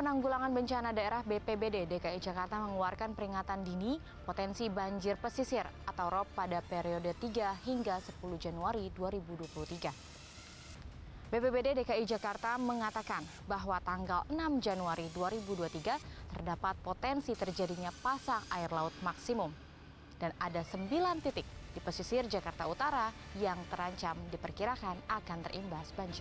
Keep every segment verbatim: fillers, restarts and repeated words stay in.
Penanggulangan Bencana Daerah B P B D D K I Jakarta mengeluarkan peringatan dini potensi banjir pesisir atau R O P pada periode tiga hingga sepuluh Januari dua ribu dua puluh tiga. B P B D D K I Jakarta mengatakan bahwa tanggal enam Januari dua ribu dua puluh tiga terdapat potensi terjadinya pasang air laut maksimum dan ada sembilan titik di pesisir Jakarta Utara yang terancam diperkirakan akan terimbas banjir.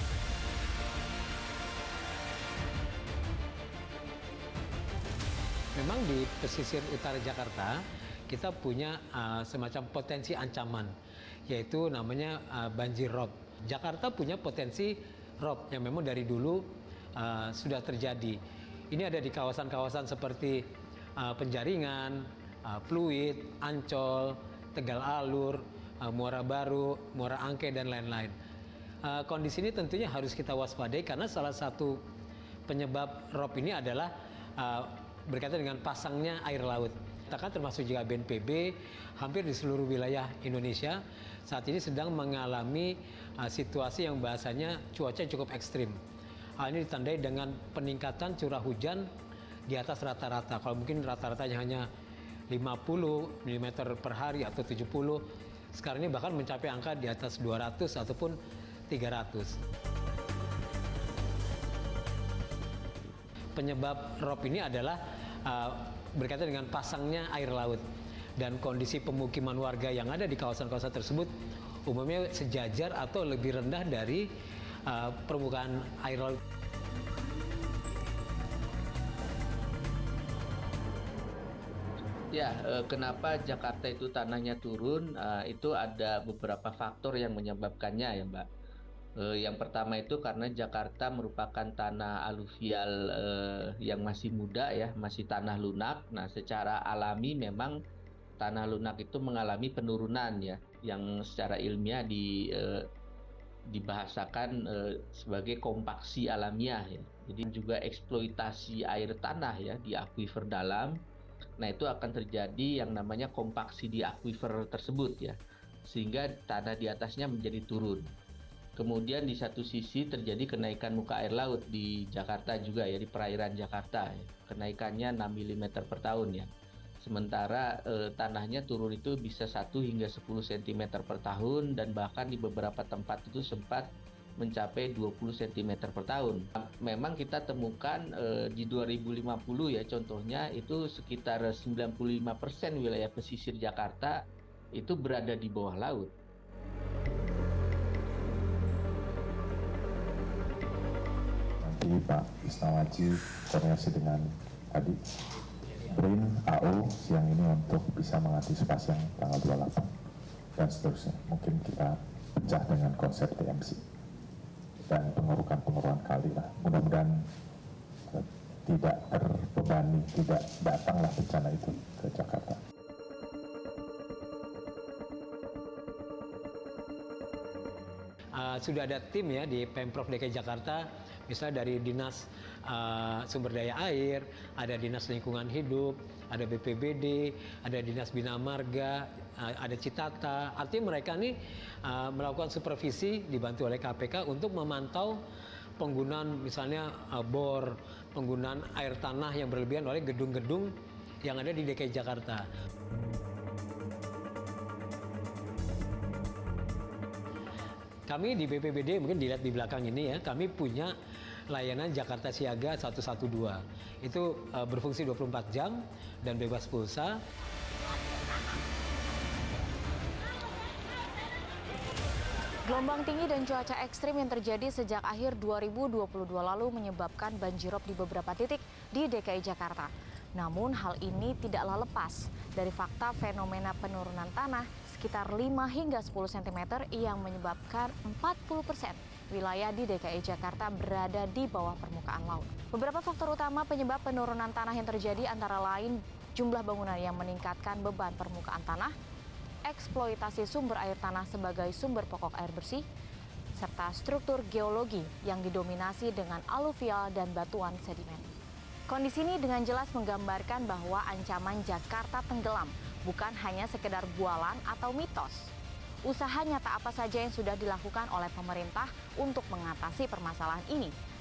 Memang di pesisir utara Jakarta kita punya uh, semacam potensi ancaman, yaitu namanya uh, banjir R O P. Jakarta punya potensi R O P yang memang dari dulu uh, sudah terjadi. Ini ada di kawasan-kawasan seperti uh, Penjaringan, uh, Pluit, Ancol, Tegal Alur, uh, Muara Baru, Muara Angke, dan lain-lain. Uh, kondisi ini tentunya harus kita waspadai karena salah satu penyebab R O P ini adalah uh, berkaitan dengan pasangnya air laut. Kita kan termasuk juga B N P B, hampir di seluruh wilayah Indonesia saat ini sedang mengalami uh, situasi yang bahasanya cuaca yang cukup ekstrim. Hal ini ditandai dengan peningkatan curah hujan di atas rata-rata. Kalau mungkin rata-ratanya hanya lima puluh milimeter per hari atau tujuh puluh, sekarang ini bahkan mencapai angka di atas dua ratus ataupun tiga ratus. Penyebab R O P ini adalah uh, berkaitan dengan pasangnya air laut dan kondisi pemukiman warga yang ada di kawasan-kawasan tersebut umumnya sejajar atau lebih rendah dari uh, permukaan air laut. Ya, eh, kenapa Jakarta itu tanahnya turun? Eh, itu ada beberapa faktor yang menyebabkannya ya, Mbak. Eh, yang pertama itu karena Jakarta merupakan tanah aluvial eh, yang masih muda ya, masih tanah lunak. Nah, secara alami memang tanah lunak itu mengalami penurunan ya, yang secara ilmiah di eh, dibahasakan eh, sebagai kompaksi alamiah ya. Jadi juga eksploitasi air tanah ya di akuifer dalam. Nah, itu akan terjadi yang namanya kompaksi di akuifer tersebut ya, sehingga tanah di atasnya menjadi turun. Kemudian di satu sisi terjadi kenaikan muka air laut di Jakarta juga ya, di perairan Jakarta ya. Kenaikannya enam milimeter per tahun ya. Sementara eh, tanahnya turun itu bisa satu hingga sepuluh sentimeter per tahun dan bahkan di beberapa tempat itu sempat mencapai dua puluh sentimeter per tahun. Memang kita temukan eh, di dua ribu lima puluh ya contohnya itu sekitar sembilan puluh lima persen wilayah pesisir Jakarta itu berada di bawah laut. Nanti Pak Isnawaji koordinasi dengan tadi B R I N, A O siang ini untuk bisa mengantisipasi yang tanggal dua puluh delapan dan seterusnya. Mungkin kita pecah dengan konsep T M C dan pengurukan-pengurukan kali lah. Mudah-mudahan eh, tidak terbebani, tidak datanglah bencana itu ke Jakarta. Uh, sudah ada tim ya di Pemprov D K I Jakarta, misalnya dari Dinas uh, Sumber Daya Air, ada Dinas Lingkungan Hidup, ada B P B D, ada Dinas Bina Marga, uh, ada Citata. Artinya mereka nih uh, melakukan supervisi dibantu oleh K P K untuk memantau penggunaan misalnya uh, bor, penggunaan air tanah yang berlebihan oleh gedung-gedung yang ada di D K I Jakarta. Kami di B P B D mungkin dilihat di belakang ini ya, kami punya layanan Jakarta Siaga seratus dua belas. Itu uh, berfungsi dua puluh empat jam dan bebas pulsa. Gelombang tinggi dan cuaca ekstrim yang terjadi sejak akhir dua ribu dua puluh dua lalu menyebabkan banjirop di beberapa titik di D K I Jakarta. Namun hal ini tidaklah lepas dari fakta fenomena penurunan tanah sekitar lima hingga sepuluh sentimeter yang menyebabkan empat puluh persen wilayah di D K I Jakarta berada di bawah permukaan laut. Beberapa faktor utama penyebab penurunan tanah yang terjadi antara lain jumlah bangunan yang meningkatkan beban permukaan tanah, eksploitasi sumber air tanah sebagai sumber pokok air bersih, serta struktur geologi yang didominasi dengan aluvial dan batuan sedimen. Kondisi ini dengan jelas menggambarkan bahwa ancaman Jakarta tenggelam bukan hanya sekedar bualan atau mitos. Usaha nyata apa saja yang sudah dilakukan oleh pemerintah untuk mengatasi permasalahan ini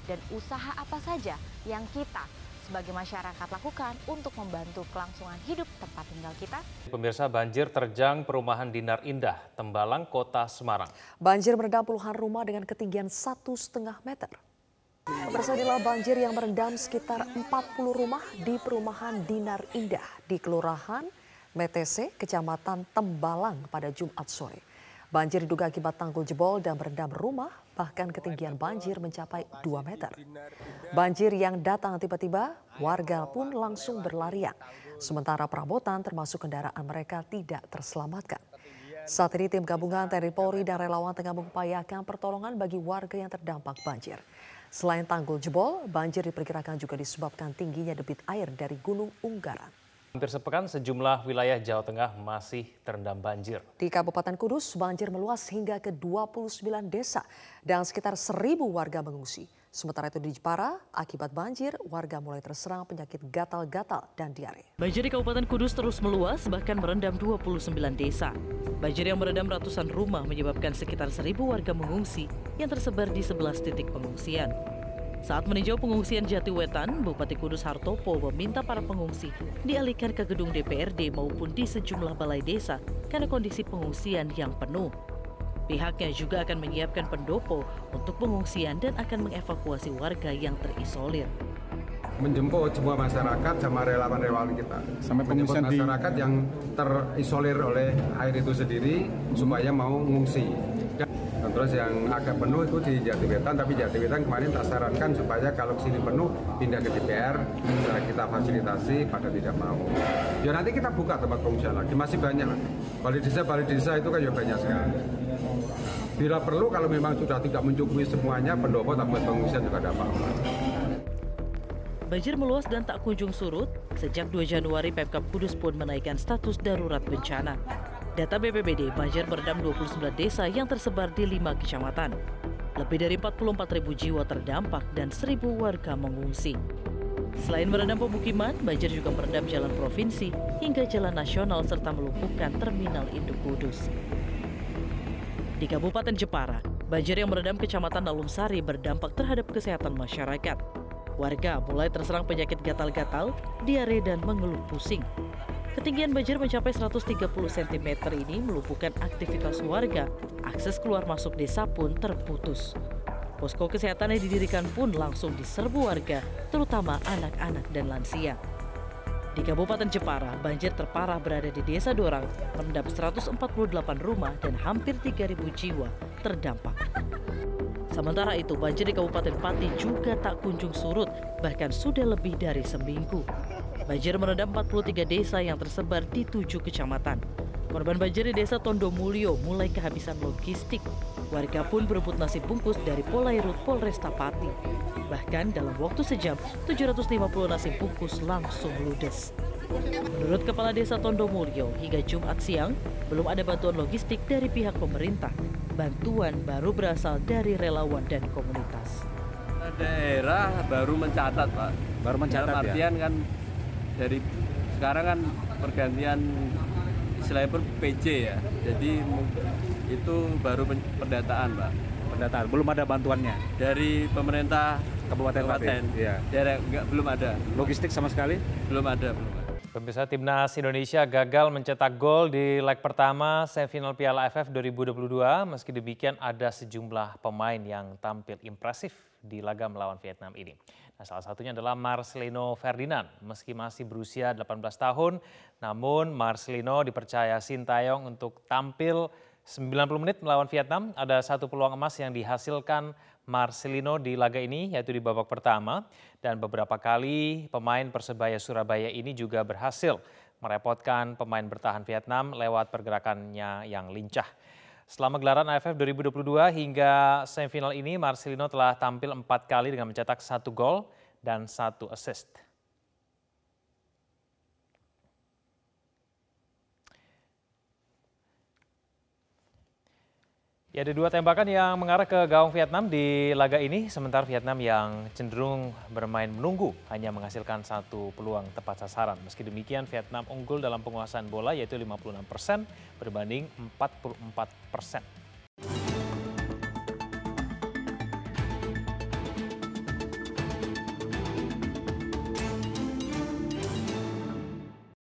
dan usaha apa saja yang kita sebagai masyarakat lakukan untuk membantu kelangsungan hidup tempat tinggal kita? Pemirsa, banjir terjang perumahan Dinar Indah, Tembalang, Kota Semarang. Banjir merendam puluhan rumah dengan ketinggian satu setengah meter. Pemirsa, inilah banjir yang merendam sekitar empat puluh rumah di perumahan Dinar Indah di Kelurahan Metese, Kecamatan Tembalang pada Jumat sore. Banjir diduga akibat tanggul jebol dan merendam rumah, bahkan ketinggian banjir mencapai dua meter. Banjir yang datang tiba-tiba, warga pun langsung berlarian. Sementara perabotan termasuk kendaraan mereka tidak terselamatkan. Saat ini tim gabungan T N I Polri dan relawan tengah mengupayakan pertolongan bagi warga yang terdampak banjir. Selain tanggul jebol, banjir diperkirakan juga disebabkan tingginya debit air dari Gunung Unggaran. Hampir sepekan sejumlah wilayah Jawa Tengah masih terendam banjir. Di Kabupaten Kudus, banjir meluas hingga ke dua puluh sembilan desa dan sekitar seribu warga mengungsi. Sementara itu di Jepara, akibat banjir, warga mulai terserang penyakit gatal-gatal dan diare. Banjir di Kabupaten Kudus terus meluas, bahkan merendam dua puluh sembilan desa. Banjir yang merendam ratusan rumah menyebabkan sekitar seribu warga mengungsi yang tersebar di sebelas titik pengungsian. Saat meninjau pengungsian Jatiwetan, Bupati Kudus Hartopo meminta para pengungsi dialihkan ke gedung D P R D maupun di sejumlah balai desa karena kondisi pengungsian yang penuh. Pihaknya juga akan menyiapkan pendopo untuk pengungsian dan akan mengevakuasi warga yang terisolir. Menjemput semua masyarakat sama relawan-relawan kita. Sampai menjemput masyarakat di... yang terisolir oleh air itu sendiri supaya mau mengungsi. Dan terus yang agak penuh itu di Jatiwetan, tapi Jatiwetan kemarin tak sarankan supaya kalau sini penuh pindah ke D P R, kita fasilitasi pada tidak mau. Ya nanti kita buka tempat pengungsian lagi, masih banyak. Balai desa, balai desa itu kan ya banyak sekali. Bila perlu kalau memang sudah tidak mencukupi semuanya, pendopo tempat pengungsian juga ada apa-apa. Banjir meluas dan tak kunjung surut. Sejak dua Januari, Pemkab Kudus pun menaikkan status darurat bencana. Data B P B D, banjir merendam dua puluh sembilan desa yang tersebar di lima kecamatan. Lebih dari empat puluh empat ribu jiwa terdampak dan seribu warga mengungsi. Selain merendam pemukiman, banjir juga merendam jalan provinsi hingga jalan nasional serta melumpuhkan terminal induk Kudus. Di Kabupaten Jepara, banjir yang merendam Kecamatan Nalumsari berdampak terhadap kesehatan masyarakat. Warga mulai terserang penyakit gatal-gatal, diare, dan mengeluh pusing. Ketinggian banjir mencapai seratus tiga puluh sentimeter ini melumpuhkan aktivitas warga. Akses keluar masuk desa pun terputus. Posko kesehatan yang didirikan pun langsung diserbu warga, terutama anak-anak dan lansia. Di Kabupaten Jepara, banjir terparah berada di Desa Dorang, merendam seratus empat puluh delapan rumah dan hampir tiga ribu jiwa terdampak. Sementara itu, banjir di Kabupaten Pati juga tak kunjung surut, bahkan sudah lebih dari seminggu. Banjir merendam empat puluh tiga desa yang tersebar di tujuh kecamatan. Korban banjir di Desa Tondomulyo mulai kehabisan logistik. Warga pun berebut nasi bungkus dari Polairut Polresta Pati. Bahkan dalam waktu sejam, tujuh ratus lima puluh nasi bungkus langsung ludes. Menurut Kepala Desa Tondomulyo, hingga Jumat siang, belum ada bantuan logistik dari pihak pemerintah. Bantuan baru berasal dari relawan dan komunitas. Daerah baru mencatat, Pak. Baru mencatat, dalam artian ya? Kan dari sekarang kan pergantian istilahnya pun P J ya. Jadi itu baru pendataan, Pak. Pendataan, belum ada bantuannya dari pemerintah Kabupaten Klaten. Iya. Daerah enggak, belum ada. Logistik sama sekali? Belum ada, belum ada. Pemirsa, Timnas Indonesia gagal mencetak gol di leg pertama semifinal Piala A F F dua ribu dua puluh dua. Meski demikian ada sejumlah pemain yang tampil impresif di laga melawan Vietnam ini. Nah, salah satunya adalah Marcelino Ferdinand. Meski masih berusia delapan belas tahun, namun Marcelino dipercaya Sintayong untuk tampil sembilan puluh menit melawan Vietnam. Ada satu peluang emas yang dihasilkan Marcelino di laga ini, yaitu di babak pertama. Dan beberapa kali pemain Persebaya Surabaya ini juga berhasil merepotkan pemain bertahan Vietnam lewat pergerakannya yang lincah. Selama gelaran A F F dua ribu dua puluh dua hingga semifinal ini, Marcelino telah tampil empat kali dengan mencetak satu gol dan satu assist. Ya, ada dua tembakan yang mengarah ke gawang Vietnam di laga ini, sementara Vietnam yang cenderung bermain menunggu hanya menghasilkan satu peluang tepat sasaran. Meski demikian, Vietnam unggul dalam penguasaan bola yaitu lima puluh enam persen berbanding empat puluh empat persen.